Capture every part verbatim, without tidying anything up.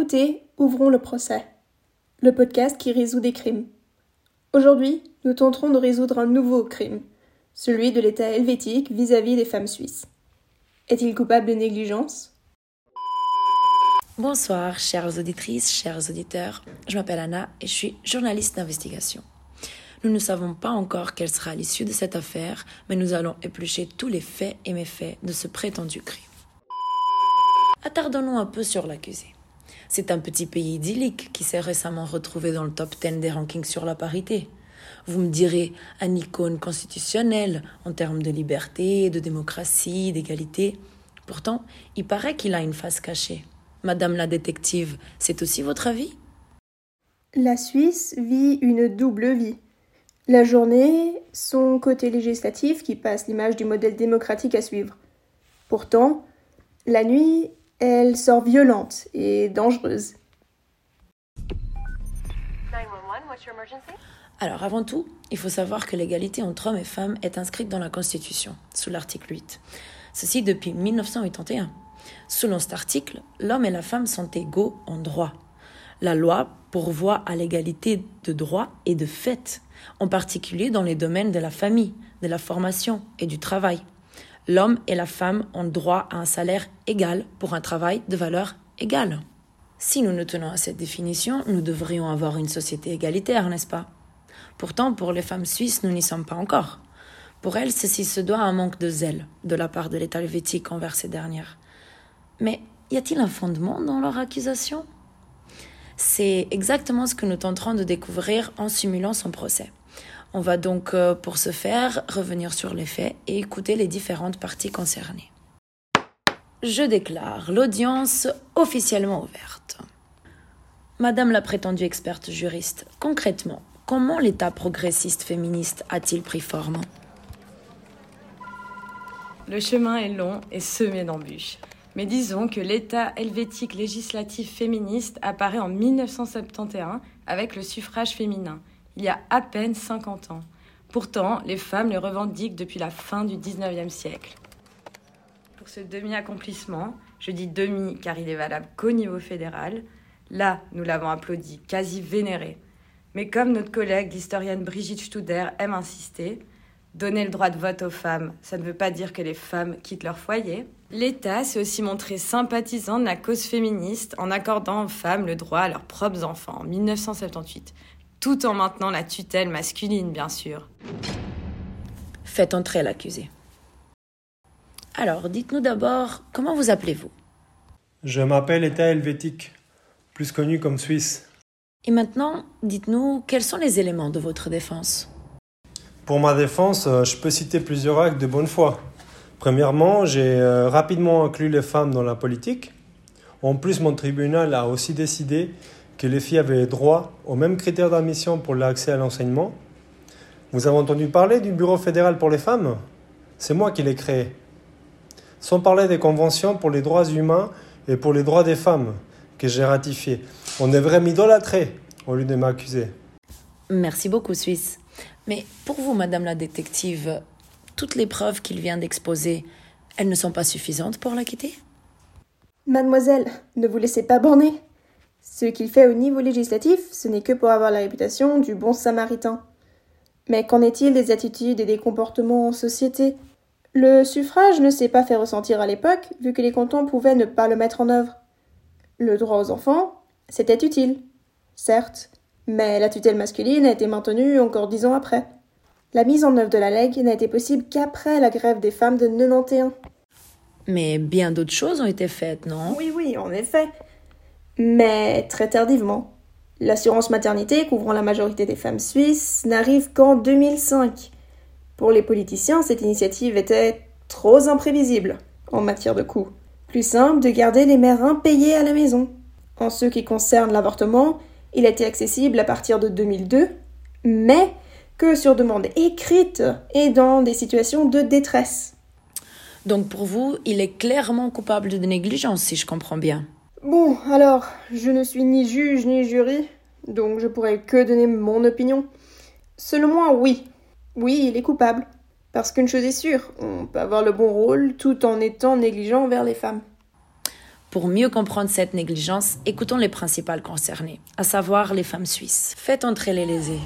écoutez Ouvrons le procès, le podcast qui résout des crimes. Aujourd'hui, nous tenterons de résoudre un nouveau crime, celui de l'État helvétique vis-à-vis des femmes suisses. Est-il coupable de négligence ? Bonsoir, chères auditrices, chers auditeurs. Je m'appelle Anna et je suis journaliste d'investigation. Nous ne savons pas encore quelle sera l'issue de cette affaire, mais nous allons éplucher tous les faits et méfaits de ce prétendu crime. Attardons-nous un peu sur l'accusé. C'est un petit pays idyllique qui s'est récemment retrouvé dans le top dix des rankings sur la parité. Vous me direz, un icône constitutionnel en termes de liberté, de démocratie, d'égalité. Pourtant, il paraît qu'il a une face cachée. Madame la détective, c'est aussi votre avis ? La Suisse vit une double vie. La journée, son côté législatif qui passe l'image du modèle démocratique à suivre. Pourtant, la nuit, elle sort violente et dangereuse. Alors avant tout, il faut savoir que l'égalité entre hommes et femmes est inscrite dans la Constitution, sous l'article huit. Ceci depuis mille neuf cent quatre-vingt-onze. Selon cet article, l'homme et la femme sont égaux en droit. La loi pourvoit à l'égalité de droit et de fait, en particulier dans les domaines de la famille, de la formation et du travail. L'homme et la femme ont droit à un salaire égal pour un travail de valeur égale. Si nous nous tenons à cette définition, nous devrions avoir une société égalitaire, n'est-ce pas ? Pourtant, pour les femmes suisses, nous n'y sommes pas encore. Pour elles, ceci se doit à un manque de zèle de la part de l'État helvétique envers ces dernières. Mais y a-t-il un fondement dans leur accusation ? C'est exactement ce que nous tenterons de découvrir en simulant son procès. On va donc, pour ce faire, revenir sur les faits et écouter les différentes parties concernées. Je déclare l'audience officiellement ouverte. Madame la prétendue experte juriste, concrètement, comment l'État progressiste féministe a-t-il pris forme ? Le chemin est long et semé d'embûches. Mais disons que l'État helvétique législatif féministe apparaît en mille neuf cent soixante et onze avec le suffrage féminin, il y a à peine cinquante ans. Pourtant, les femmes le revendiquent depuis la fin du dix-neuvième siècle. Pour ce demi-accomplissement, je dis demi car il est valable qu'au niveau fédéral, là, nous l'avons applaudi, quasi vénéré. Mais comme notre collègue, l'historienne Brigitte Studer, aime insister, donner le droit de vote aux femmes, ça ne veut pas dire que les femmes quittent leur foyer. L'État s'est aussi montré sympathisant de la cause féministe en accordant aux femmes le droit à leurs propres enfants en mille neuf cent soixante-dix-huit, tout en maintenant la tutelle masculine, bien sûr. Faites entrer l'accusé. Alors, dites-nous d'abord, comment vous appelez-vous ? Je m'appelle État helvétique, plus connu comme Suisse. Et maintenant, dites-nous, quels sont les éléments de votre défense ? Pour ma défense, je peux citer plusieurs actes de bonne foi. Premièrement, j'ai rapidement inclus les femmes dans la politique. En plus, mon tribunal a aussi décidé que les filles avaient droit aux mêmes critères d'admission pour l'accès à l'enseignement. Vous avez entendu parler du Bureau fédéral pour les femmes ? C'est moi qui l'ai créé. Sans parler des conventions pour les droits humains et pour les droits des femmes que j'ai ratifiées. On devrait m'idolâtrer au lieu de m'accuser. Merci beaucoup, Suisse. Mais pour vous, Madame la détective, toutes les preuves qu'il vient d'exposer, elles ne sont pas suffisantes pour l'acquitter ? Mademoiselle, ne vous laissez pas borner. Ce qu'il fait au niveau législatif, ce n'est que pour avoir la réputation du bon samaritain. Mais qu'en est-il des attitudes et des comportements en société ? Le suffrage ne s'est pas fait ressentir à l'époque, vu que les cantons pouvaient ne pas le mettre en œuvre. Le droit aux enfants, c'était utile, certes, mais la tutelle masculine a été maintenue encore dix ans après. La mise en œuvre de la Ligue n'a été possible qu'après la grève des femmes de quatre-vingt-onze. Mais bien d'autres choses ont été faites, non ? Oui, oui, en effet. Mais très tardivement. L'assurance maternité, couvrant la majorité des femmes suisses, n'arrive qu'en deux mille cinq. Pour les politiciens, cette initiative était trop imprévisible en matière de coûts. Plus simple de garder les mères impayées à la maison. En ce qui concerne l'avortement, il était accessible à partir de deux mille deux, mais que sur demande écrite et dans des situations de détresse. Donc pour vous, il est clairement coupable de négligence, si je comprends bien. Bon, alors, je ne suis ni juge ni jury, donc je pourrais que donner mon opinion. Selon moi, oui. Oui, il est coupable. Parce qu'une chose est sûre, on peut avoir le bon rôle tout en étant négligent envers les femmes. Pour mieux comprendre cette négligence, écoutons les principales concernées, à savoir les femmes suisses. Faites entrer les lésés.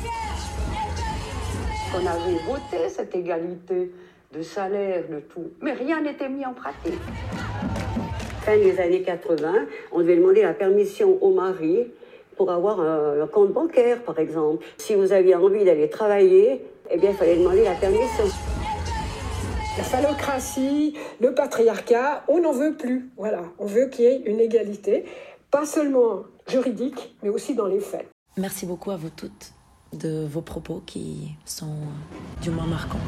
On avait voté cette égalité de salaire, de tout, mais rien n'était mis en pratique. Fin des années quatre-vingts, on devait demander la permission au mari pour avoir un, un compte bancaire, par exemple. Si vous aviez envie d'aller travailler, eh bien, il fallait demander la permission. La phallocratie, le patriarcat, on n'en veut plus. Voilà, on veut qu'il y ait une égalité, pas seulement juridique, mais aussi dans les faits. Merci beaucoup à vous toutes de vos propos qui sont du moins marquants.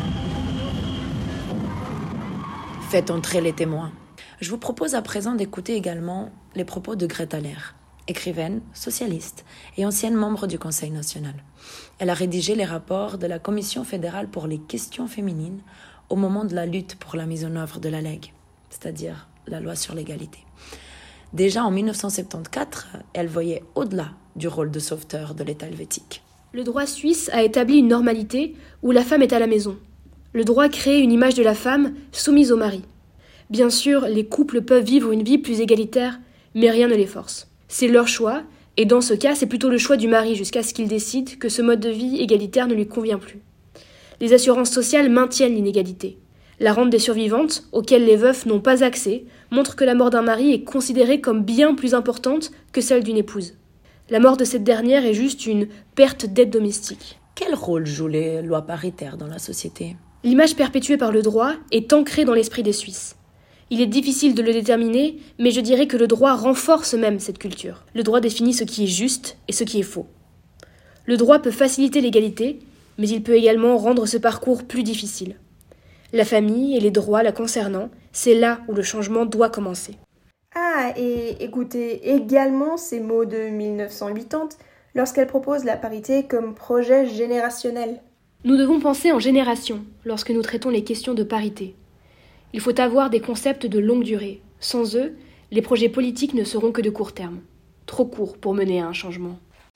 Faites entrer les témoins. Je vous propose à présent d'écouter également les propos de Greta Lehr, écrivaine, socialiste et ancienne membre du Conseil national. Elle a rédigé les rapports de la Commission fédérale pour les questions féminines au moment de la lutte pour la mise en œuvre de la L E G, c'est-à-dire la loi sur l'égalité. Déjà en dix-neuf cent soixante-quatorze, elle voyait au-delà du rôle de sauveteur de l'État helvétique. Le droit suisse a établi une normalité où la femme est à la maison. Le droit crée une image de la femme soumise au mari. Bien sûr, les couples peuvent vivre une vie plus égalitaire, mais rien ne les force. C'est leur choix, et dans ce cas, c'est plutôt le choix du mari jusqu'à ce qu'il décide que ce mode de vie égalitaire ne lui convient plus. Les assurances sociales maintiennent l'inégalité. La rente des survivantes, auxquelles les veufs n'ont pas accès, montre que la mort d'un mari est considérée comme bien plus importante que celle d'une épouse. La mort de cette dernière est juste une perte d'aide domestique. Quel rôle jouent les lois paritaires dans la société ? L'image perpétuée par le droit est ancrée dans l'esprit des Suisses. Il est difficile de le déterminer, mais je dirais que le droit renforce même cette culture. Le droit définit ce qui est juste et ce qui est faux. Le droit peut faciliter l'égalité, mais il peut également rendre ce parcours plus difficile. La famille et les droits la concernant, c'est là où le changement doit commencer. Ah, et écoutez également ces mots de dix-neuf cent quatre-vingt-dix lorsqu'elle propose la parité comme projet générationnel. Nous devons penser en génération lorsque nous traitons les questions de parité. Il faut avoir des concepts de longue durée. Sans eux, les projets politiques ne seront que de court terme. Trop courts pour mener à un changement.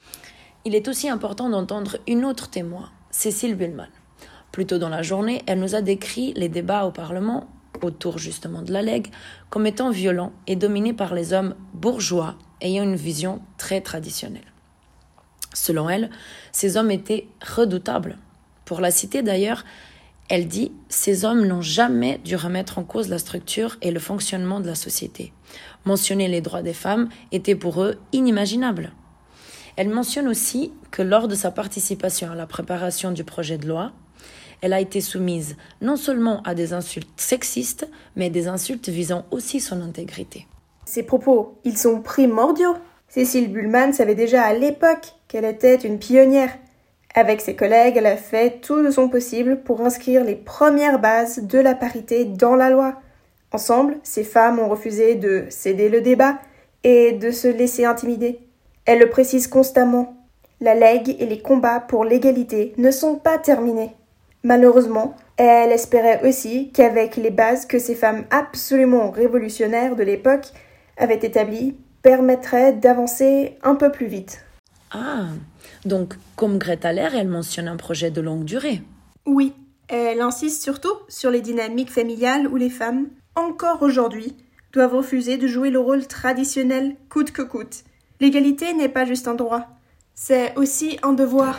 Il est aussi important d'entendre une autre témoin, Cécile Bühlmann. Plus tôt dans la journée, elle nous a décrit les débats au Parlement, autour justement de la L E G, comme étant violents et dominés par les hommes bourgeois ayant une vision très traditionnelle. Selon elle, ces hommes étaient redoutables. Pour la citer d'ailleurs, elle dit « Ces hommes n'ont jamais dû remettre en cause la structure et le fonctionnement de la société. Mentionner les droits des femmes était pour eux inimaginable. » Elle mentionne aussi que lors de sa participation à la préparation du projet de loi, elle a été soumise non seulement à des insultes sexistes, mais des insultes visant aussi son intégrité. Ces propos, ils sont primordiaux. Cécile Bühlmann savait déjà à l'époque qu'elle était une pionnière. Avec ses collègues, elle a fait tout de son possible pour inscrire les premières bases de la parité dans la loi. Ensemble, ces femmes ont refusé de céder le débat et de se laisser intimider. Elle le précise constamment. La L E G et les combats pour l'égalité ne sont pas terminés. Malheureusement, elle espérait aussi qu'avec les bases que ces femmes absolument révolutionnaires de l'époque avaient établies, permettraient d'avancer un peu plus vite. Ah, donc comme Greta Lehr, elle mentionne un projet de longue durée. Oui, elle insiste surtout sur les dynamiques familiales où les femmes, encore aujourd'hui, doivent refuser de jouer le rôle traditionnel coûte que coûte. L'égalité n'est pas juste un droit, c'est aussi un devoir.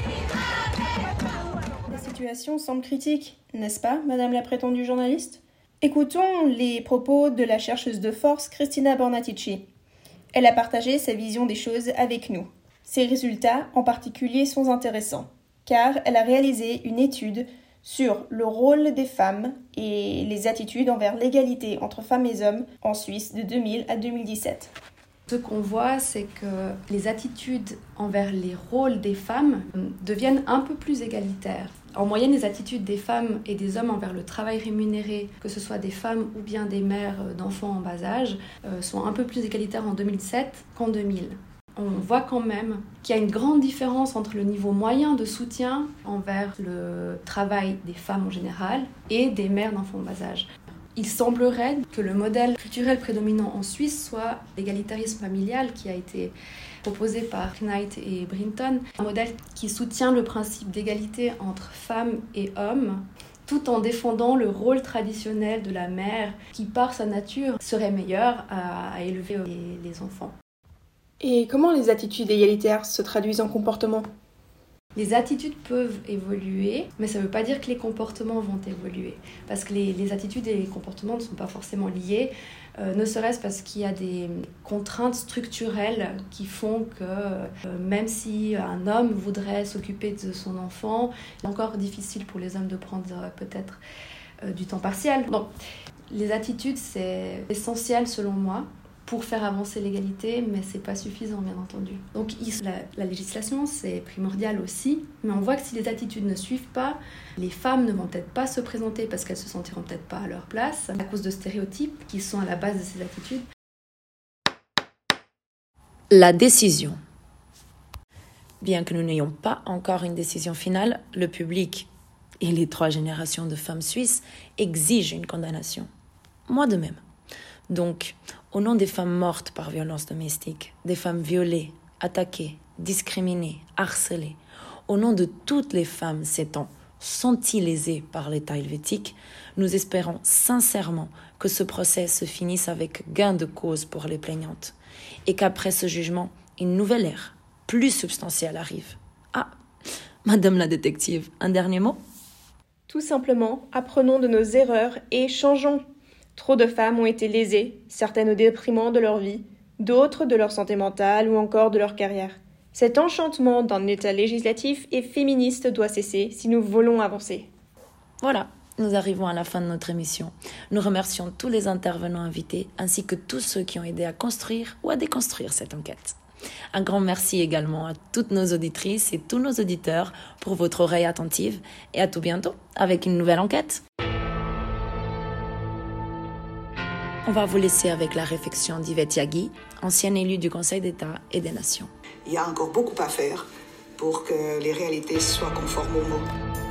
La situation semble critique, n'est-ce pas, madame la prétendue journaliste ? Écoutons les propos de la chercheuse de force Cristina Bornatici. Elle a partagé sa vision des choses avec nous. Ses résultats, en particulier, sont intéressants, car elle a réalisé une étude sur le rôle des femmes et les attitudes envers l'égalité entre femmes et hommes en Suisse de deux mille à deux mille dix-sept. Ce qu'on voit, c'est que les attitudes envers les rôles des femmes deviennent un peu plus égalitaires. En moyenne, les attitudes des femmes et des hommes envers le travail rémunéré, que ce soit des femmes ou bien des mères d'enfants en bas âge, sont un peu plus égalitaires en deux mille sept qu'en deux mille. On voit quand même qu'il y a une grande différence entre le niveau moyen de soutien envers le travail des femmes en général et des mères d'enfants en bas âge. Il semblerait que le modèle culturel prédominant en Suisse soit l'égalitarisme familial qui a été proposé par Knight et Brinton, un modèle qui soutient le principe d'égalité entre femmes et hommes tout en défendant le rôle traditionnel de la mère qui, par sa nature, serait meilleure à, à élever les, les enfants. Et comment les attitudes égalitaires se traduisent en comportement ? Les attitudes peuvent évoluer, mais ça ne veut pas dire que les comportements vont évoluer. Parce que les, les attitudes et les comportements ne sont pas forcément liés, euh, ne serait-ce parce qu'il y a des contraintes structurelles qui font que euh, même si un homme voudrait s'occuper de son enfant, c'est encore difficile pour les hommes de prendre euh, peut-être euh, du temps partiel. Donc, les attitudes, c'est essentiel selon moi, pour faire avancer l'égalité, mais c'est pas suffisant, bien entendu. Donc la, la législation, c'est primordial aussi, mais on voit que si les attitudes ne suivent pas, les femmes ne vont peut-être pas se présenter parce qu'elles se sentiront peut-être pas à leur place, à cause de stéréotypes qui sont à la base de ces attitudes. La décision. Bien que nous n'ayons pas encore une décision finale, le public et les trois générations de femmes suisses exigent une condamnation. Moi de même. Donc, au nom des femmes mortes par violence domestique, des femmes violées, attaquées, discriminées, harcelées, au nom de toutes les femmes s'étant senties lésées par l'État helvétique, nous espérons sincèrement que ce procès se finisse avec gain de cause pour les plaignantes et qu'après ce jugement, une nouvelle ère, plus substantielle arrive. Ah, Madame la détective, un dernier mot ? Tout simplement, apprenons de nos erreurs et changeons. Trop de femmes ont été lésées, certaines au détriment de leur vie, d'autres de leur santé mentale ou encore de leur carrière. Cet enchantement d'un État législatif et féministe doit cesser si nous voulons avancer. Voilà, nous arrivons à la fin de notre émission. Nous remercions tous les intervenants invités ainsi que tous ceux qui ont aidé à construire ou à déconstruire cette enquête. Un grand merci également à toutes nos auditrices et tous nos auditeurs pour votre oreille attentive et à tout bientôt avec une nouvelle enquête. On va vous laisser avec la réflexion d'Yvette Yaghi, ancienne élue du Conseil d'État et des Nations. Il y a encore beaucoup à faire pour que les réalités soient conformes aux mots.